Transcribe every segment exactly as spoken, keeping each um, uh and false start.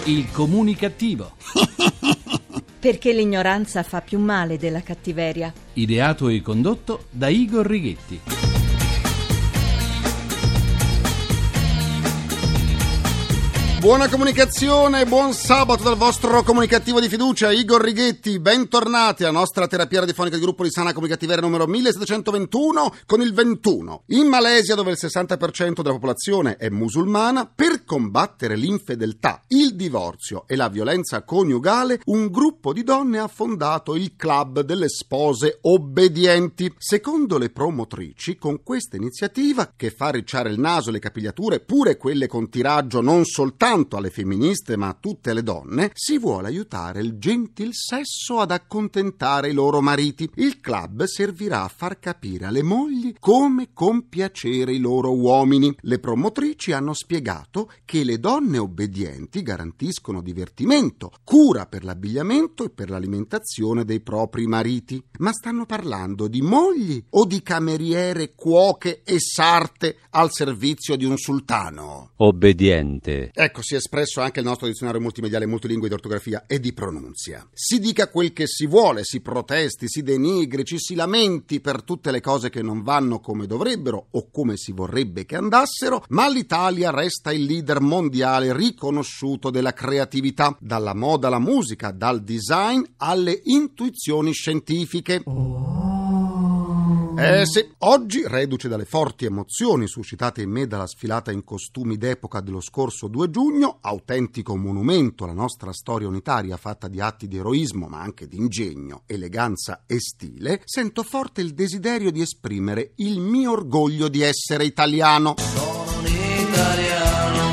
Il comunicativo. Perché l'ignoranza fa più male della cattiveria. Ideato e condotto da Igor Righetti. Buona comunicazione, buon sabato dal vostro comunicativo di fiducia, Igor Righetti. Bentornati alla nostra terapia radiofonica di gruppo di sana comunicativeria numero millesettecentoventuno con il ventuno. In Malesia, dove il sessanta per cento della popolazione è musulmana, per combattere l'infedeltà, il divorzio e la violenza coniugale, un gruppo di donne ha fondato il Club delle Spose Obbedienti. Secondo le promotrici, con questa iniziativa, che fa ricciare il naso e le capigliature, pure quelle con tiraggio non soltanto alle femministe ma a tutte le donne, si vuole aiutare il gentil sesso ad accontentare i loro mariti. Il club servirà a far capire alle mogli come compiacere i loro uomini. Le promotrici hanno spiegato che le donne obbedienti garantiscono divertimento, cura per l'abbigliamento e per l'alimentazione dei propri mariti. Ma stanno parlando di mogli o di cameriere, cuoche e sarte al servizio di un sultano? Obbediente. Ecco, si è espresso anche il nostro dizionario multimediale multilingue di ortografia e di pronunzia. Si dica quel che si vuole, si protesti, si denigri, ci si lamenti per tutte le cose che non vanno come dovrebbero o come si vorrebbe che andassero, ma l'Italia resta il leader mondiale riconosciuto della creatività, dalla moda alla musica, dal design alle intuizioni scientifiche. Eh sì, oggi, reduce dalle forti emozioni suscitate in me dalla sfilata in costumi d'epoca dello scorso due giugno, autentico monumento alla nostra storia unitaria fatta di atti di eroismo ma anche di ingegno, eleganza e stile, sento forte il desiderio di esprimere il mio orgoglio di essere italiano. Sono un italiano,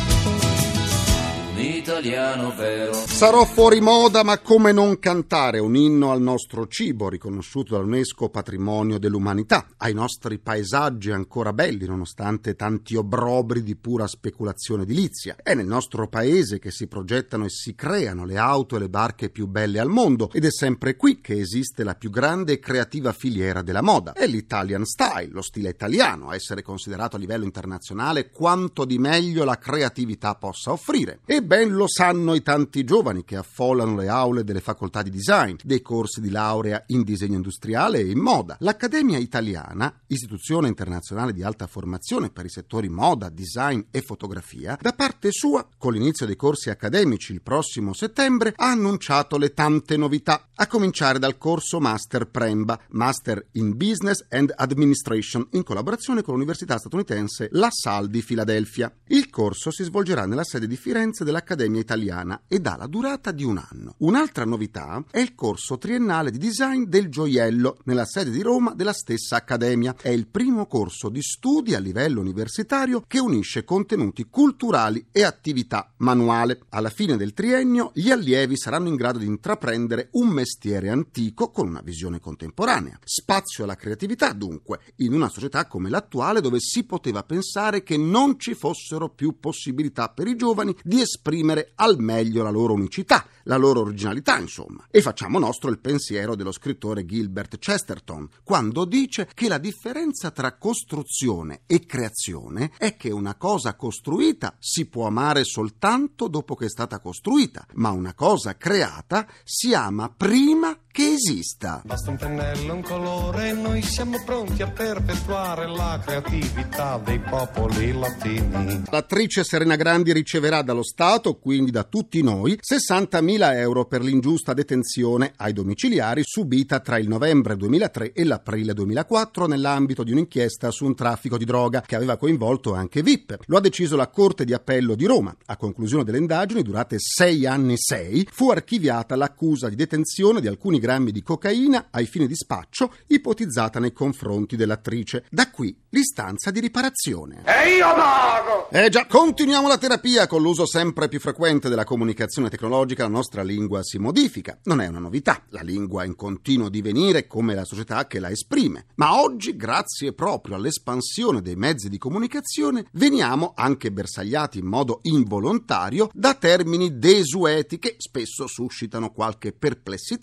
un italiano vero. Sarò fuori moda, ma come non cantare un inno al nostro cibo, riconosciuto dall'UNESCO patrimonio dell'umanità, ai nostri paesaggi ancora belli nonostante tanti obbrobri di pura speculazione edilizia. È nel nostro paese che si progettano e si creano le auto e le barche più belle al mondo, ed è sempre qui che esiste la più grande e creativa filiera della moda. È l'Italian Style, lo stile italiano, a essere considerato a livello internazionale quanto di meglio la creatività possa offrire. E ben lo sanno i tanti giovani che affollano le aule delle facoltà di design, dei corsi di laurea in disegno industriale e in moda. L'Accademia Italiana, istituzione internazionale di alta formazione per i settori moda, design e fotografia, da parte sua, con l'inizio dei corsi accademici il prossimo settembre, ha annunciato le tante novità, a cominciare dal corso Master Premba, Master in Business and Administration, in collaborazione con l'Università statunitense La Salle di Filadelfia. Il corso si svolgerà nella sede di Firenze dell'Accademia Italiana ed ha la durata di un anno. Un'altra novità è il corso triennale di design del gioiello nella sede di Roma della stessa accademia. È il primo corso di studi a livello universitario che unisce contenuti culturali e attività manuale. Alla fine del triennio gli allievi saranno in grado di intraprendere un mestiere antico con una visione contemporanea. Spazio alla creatività, dunque, in una società come l'attuale dove si poteva pensare che non ci fossero più possibilità per i giovani di esprimere al meglio la loro unicità, la loro originalità, insomma. E facciamo nostro il pensiero dello scrittore Gilbert Chesterton, quando dice che la differenza tra costruzione e creazione è che una cosa costruita si può amare soltanto dopo che è stata costruita, ma una cosa creata si ama prima che esista. Basta un pennello, un colore e noi siamo pronti a perpetuare la creatività dei popoli latini. L'attrice Serena Grandi riceverà dallo Stato, quindi da tutti noi, sessantamila euro per l'ingiusta detenzione ai domiciliari subita tra il novembre duemilatré e l'aprile duemilaquattro nell'ambito di un'inchiesta su un traffico di droga che aveva coinvolto anche V I P. Lo ha deciso la Corte di Appello di Roma. A conclusione delle indagini, durate sei anni sei, fu archiviata l'accusa di detenzione di alcuni grammi di cocaina ai fini di spaccio ipotizzata nei confronti dell'attrice. Da qui l'istanza di riparazione. E io pago! Eh già, continuiamo la terapia. Con l'uso sempre più frequente della comunicazione tecnologica la nostra lingua si modifica. Non è una novità, la lingua è in continuo divenire come la società che la esprime. Ma oggi, grazie proprio all'espansione dei mezzi di comunicazione, veniamo anche bersagliati in modo involontario da termini desueti che spesso suscitano qualche perplessità sul loro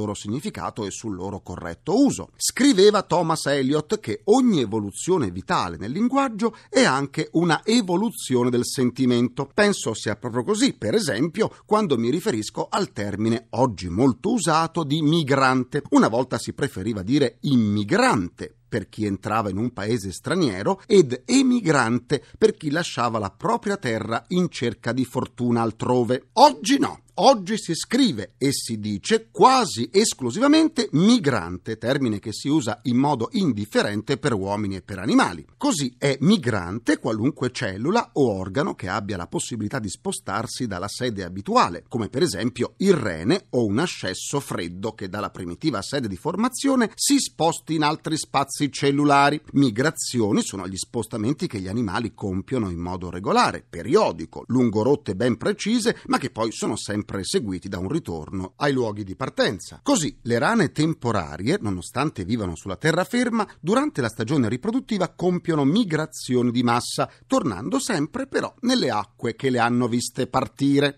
loro significato e sul loro corretto uso. Scriveva Thomas Eliot che ogni evoluzione vitale nel linguaggio è anche una evoluzione del sentimento. Penso sia proprio così, per esempio, quando mi riferisco al termine oggi molto usato di migrante. Una volta si preferiva dire immigrante per chi entrava in un paese straniero ed emigrante per chi lasciava la propria terra in cerca di fortuna altrove. Oggi no. Oggi si scrive e si dice quasi esclusivamente migrante, termine che si usa in modo indifferente per uomini e per animali. Così è migrante qualunque cellula o organo che abbia la possibilità di spostarsi dalla sede abituale, come per esempio il rene o un ascesso freddo che dalla primitiva sede di formazione si sposti in altri spazi cellulari. Migrazioni sono gli spostamenti che gli animali compiono in modo regolare, periodico, lungo rotte ben precise, ma che poi sono sempre seguiti da un ritorno ai luoghi di partenza. Così le rane temporarie, nonostante vivano sulla terraferma, durante la stagione riproduttiva compiono migrazioni di massa, tornando sempre però nelle acque che le hanno viste partire.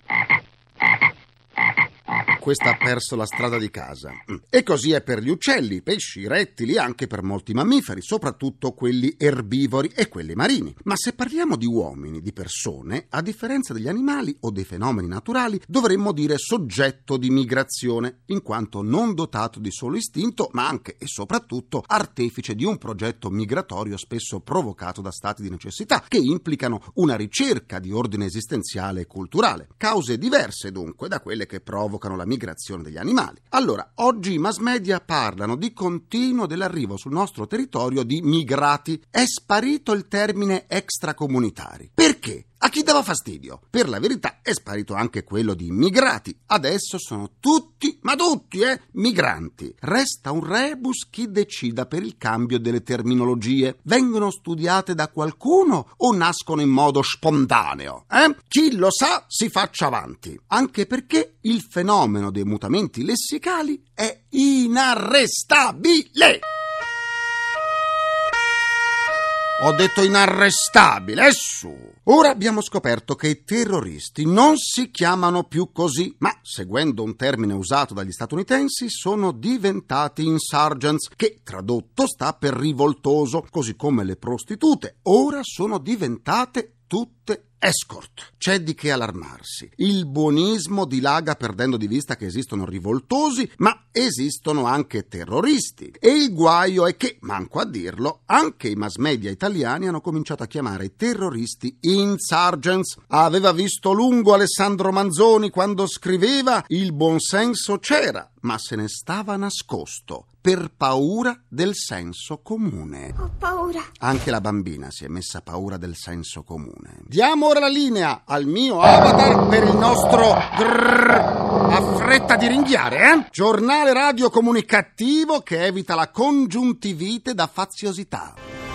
Questa ha perso la strada di casa. E così è per gli uccelli, pesci, rettili, anche per molti mammiferi, soprattutto quelli erbivori e quelli marini. Ma se parliamo di uomini, di persone, a differenza degli animali o dei fenomeni naturali, dovremmo dire soggetto di migrazione, in quanto non dotato di solo istinto, ma anche e soprattutto artefice di un progetto migratorio spesso provocato da stati di necessità, che implicano una ricerca di ordine esistenziale e culturale. Cause diverse, dunque, da quelle che provocano la migrazione degli animali. Allora, oggi i mass media parlano di continuo dell'arrivo sul nostro territorio di migrati. È sparito il termine extracomunitari. Perché? A chi dava fastidio? Per la verità è sparito anche quello di immigrati. Adesso sono tutti, ma tutti, eh, migranti. Resta un rebus chi decida per il cambio delle terminologie. Vengono studiate da qualcuno o nascono in modo spontaneo? Eh? Chi lo sa si faccia avanti. Anche perché il fenomeno dei mutamenti lessicali è inarrestabile. Ho detto inarrestabile, è su! Ora abbiamo scoperto che i terroristi non si chiamano più così, ma, seguendo un termine usato dagli statunitensi, sono diventati insurgents, che tradotto sta per rivoltoso, così come le prostitute ora sono diventate tutte escort. C'è di che allarmarsi. Il buonismo dilaga perdendo di vista che esistono rivoltosi, ma esistono anche terroristi. E il guaio è che, manco a dirlo, anche i mass media italiani hanno cominciato a chiamare i terroristi insurgents. Aveva visto lungo Alessandro Manzoni quando scriveva: il buonsenso c'era, ma se ne stava nascosto per paura del senso comune. Ho paura. Anche la bambina si è messa paura del senso comune. Diamo ora la linea al mio avatar per il nostro grrr. Ha fretta di ringhiare, eh? Giornale radio comunicativo che evita la congiuntivite da faziosità.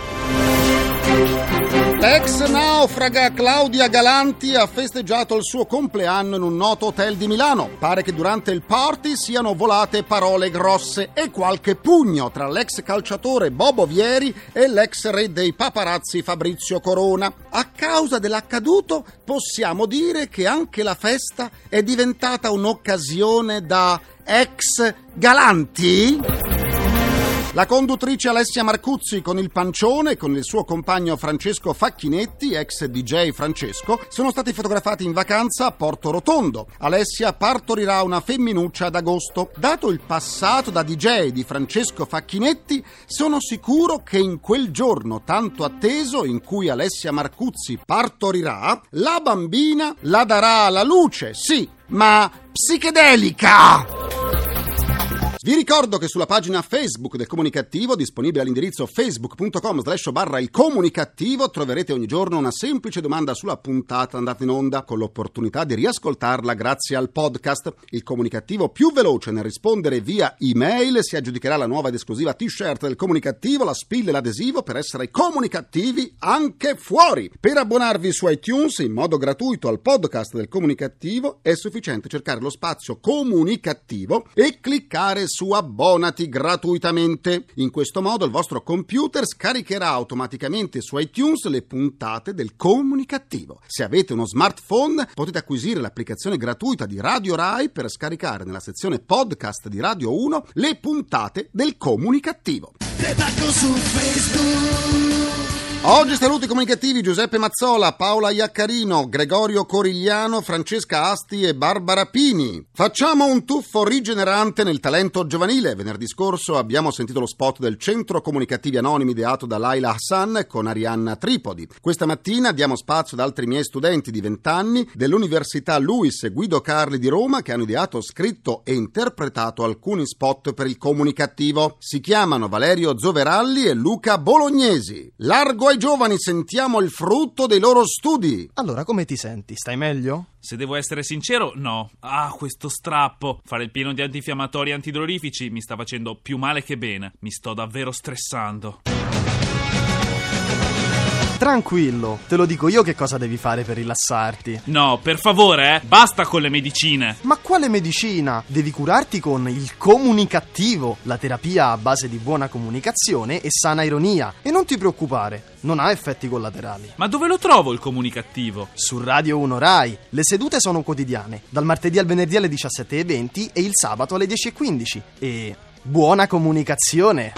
Ex naufraga Claudia Galanti ha festeggiato il suo compleanno in un noto hotel di Milano. Pare che durante il party siano volate parole grosse e qualche pugno tra l'ex calciatore Bobo Vieri e l'ex re dei paparazzi Fabrizio Corona. A causa dell'accaduto possiamo dire che anche la festa è diventata un'occasione da ex galanti? La conduttrice Alessia Marcuzzi con il pancione e con il suo compagno Francesco Facchinetti, ex D J Francesco, sono stati fotografati in vacanza a Porto Rotondo. Alessia partorirà una femminuccia ad agosto. Dato il passato da D J di Francesco Facchinetti, sono sicuro che in quel giorno tanto atteso in cui Alessia Marcuzzi partorirà, la bambina la darà alla luce, sì, ma psichedelica! Vi ricordo che sulla pagina Facebook del Comunicativo, disponibile all'indirizzo facebook.com slash barra il comunicativo, troverete ogni giorno una semplice domanda sulla puntata andata in onda, con l'opportunità di riascoltarla grazie al podcast. Il Comunicativo più veloce nel rispondere via email si aggiudicherà la nuova ed esclusiva t-shirt del Comunicativo, la spilla e l'adesivo per essere comunicativi anche fuori. Per abbonarvi su iTunes in modo gratuito al podcast del Comunicativo è sufficiente cercare lo spazio Comunicativo e cliccare su Abbonati gratuitamente. In questo modo il vostro computer scaricherà automaticamente su iTunes le puntate del Comunicativo. Se avete uno smartphone potete acquisire l'applicazione gratuita di Radio Rai per scaricare nella sezione podcast di Radio uno le puntate del Comunicativo. Su Facebook. Oggi saluti comunicativi Giuseppe Mazzola, Paola Iaccarino, Gregorio Corigliano, Francesca Asti e Barbara Pini. Facciamo un tuffo rigenerante nel talento giovanile. Venerdì scorso abbiamo sentito lo spot del Centro Comunicativi Anonimi ideato da Laila Hassan con Arianna Tripodi. Questa mattina diamo spazio ad altri miei studenti di vent'anni dell'Università Luis e Guido Carli di Roma che hanno ideato, scritto e interpretato alcuni spot per il comunicativo. Si chiamano Valerio Zoveralli e Luca Bolognesi. Largo ai giovani, sentiamo il frutto dei loro studi. Allora, come ti senti? Stai meglio? Se devo essere sincero, no. Ah, questo strappo. Fare il pieno di antinfiammatori e antidolorifici mi sta facendo più male che bene. Mi sto davvero stressando. Tranquillo, te lo dico io che cosa devi fare per rilassarti. No, per favore, eh, basta con le medicine. Ma quale medicina? Devi curarti con il Comunicativo, la terapia a base di buona comunicazione e sana ironia. E non ti preoccupare, non ha effetti collaterali. Ma dove lo trovo il Comunicativo? Su Radio uno Rai. Le sedute sono quotidiane, dal martedì al venerdì alle diciassette e venti e il sabato alle dieci e quindici. E buona comunicazione!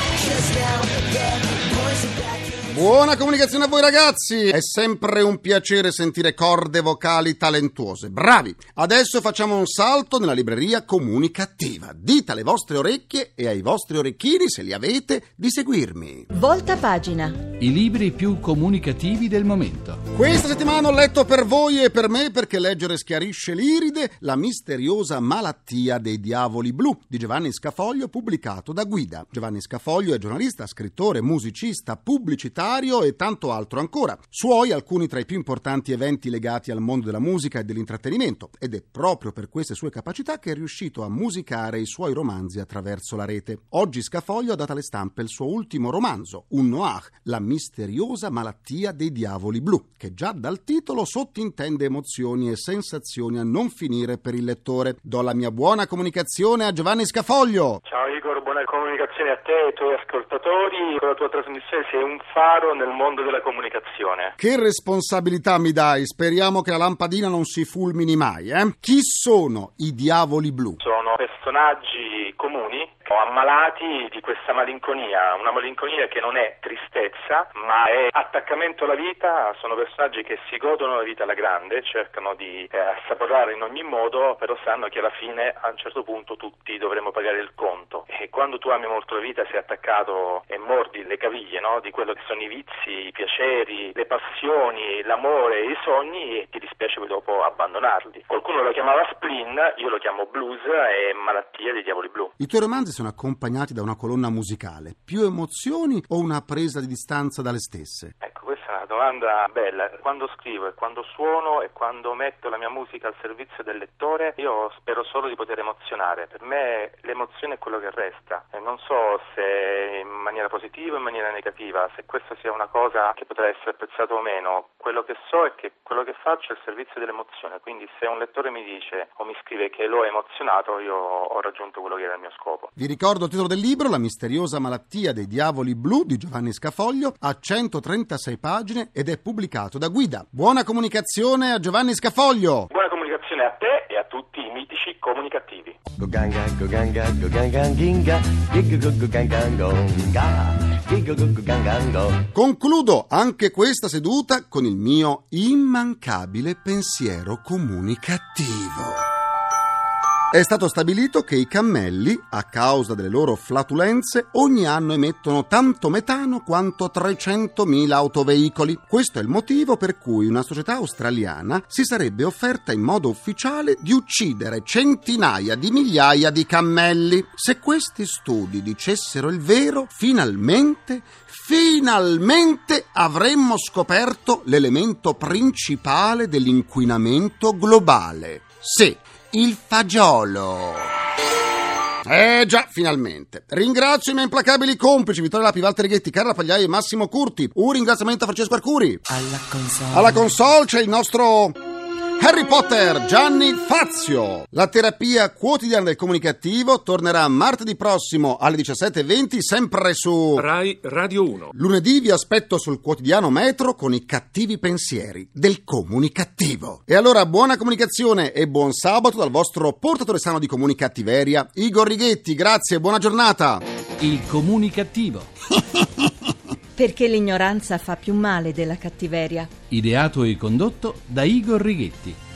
Buona comunicazione a voi ragazzi! È sempre un piacere sentire corde vocali talentuose. Bravi! Adesso facciamo un salto nella libreria comunicativa. Dite alle vostre orecchie e ai vostri orecchini, se li avete, di seguirmi. Volta pagina. I libri più comunicativi del momento. Questa settimana ho letto per voi e per me, perché leggere schiarisce l'iride, La misteriosa malattia dei diavoli blu di Giovanni Scafoglio, pubblicato da Guida. Giovanni Scafoglio è giornalista, scrittore, musicista, pubblicitario e tanto altro ancora. Suoi alcuni tra i più importanti eventi legati al mondo della musica e dell'intrattenimento, ed è proprio per queste sue capacità che è riuscito a musicare i suoi romanzi attraverso la rete. Oggi Scafoglio ha dato alle stampe il suo ultimo romanzo, un noir, La misteriosa malattia dei diavoli blu, che già dal titolo sottintende emozioni e sensazioni a non finire per il lettore. Do la mia buona comunicazione a Giovanni Scafoglio. Ciao Igor, buona comunicazione a te e ai tuoi ascoltatori. Con la tua trasmissione sei un faro nel mondo della comunicazione. Che responsabilità mi dai? Speriamo che la lampadina non si fulmini mai, eh? Chi sono i diavoli blu? Sono personaggi comuni, ammalati di questa malinconia, una malinconia che non è tristezza, ma è attaccamento alla vita. Sono personaggi che si godono la vita alla grande, cercano di eh, assaporare in ogni modo, però sanno che alla fine, a un certo punto, tutti dovremo pagare il conto. E quando tu ami molto la vita, sei attaccato e mordi le caviglie, no? Di quello che sono i vizi, i piaceri, le passioni, l'amore, i sogni, e ti dispiace poi dopo abbandonarli. Qualcuno lo chiamava spleen, io lo chiamo blues e malattia dei diavoli blu. I tuoi romanzi sono accompagnati da una colonna musicale. Più emozioni o una presa di distanza dalle stesse? Ecco, questa è una domanda bella. Quando scrivo e quando suono e quando metto la mia musica al servizio del lettore, io spero solo di poter emozionare. Per me l'emozione è quello che resta, e non so se in maniera positiva o in maniera negativa, se questa sia una cosa che potrà essere apprezzata o meno. Quello che so è che quello che faccio è al servizio dell'emozione, quindi se un lettore mi dice o mi scrive che l'ho emozionato, io ho raggiunto quello che era il mio scopo. Vi ricordo il titolo del libro, La misteriosa malattia dei diavoli blu di Giovanni Scafoglio, ha centotrentasei pagine ed è pubblicato da Guida. Buona comunicazione a Giovanni Scafoglio! Buona comunicazione a te e a tutti i mitici comunicativi. Go ganga, go ganga, go ganga, ginga, go go ganga, go go ganga, go. Concludo anche questa seduta con il mio immancabile pensiero comunicativo. È stato stabilito che i cammelli, a causa delle loro flatulenze, ogni anno emettono tanto metano quanto trecentomila autoveicoli. Questo è il motivo per cui una società australiana si sarebbe offerta in modo ufficiale di uccidere centinaia di migliaia di cammelli. Se questi studi dicessero il vero, finalmente, finalmente avremmo scoperto l'elemento principale dell'inquinamento globale. Sì, il fagiolo. Eh già, finalmente. Ringrazio i miei implacabili complici Vittorio Lapi, Walter Righetti, Carla Pagliai e Massimo Curti. Un ringraziamento a Francesco Arcuri. Alla console. Alla console c'è il nostro Harry Potter, Gianni Fazio. La terapia quotidiana del comunicativo tornerà martedì prossimo alle diciassette e venti, sempre su Rai Radio uno. Lunedì vi aspetto sul quotidiano Metro con i cattivi pensieri del comunicativo. E allora buona comunicazione e buon sabato dal vostro portatore sano di comunicattiveria, Igor Righetti. Grazie e buona giornata. Il comunicativo. Perché l'ignoranza fa più male della cattiveria. Ideato e condotto da Igor Righetti.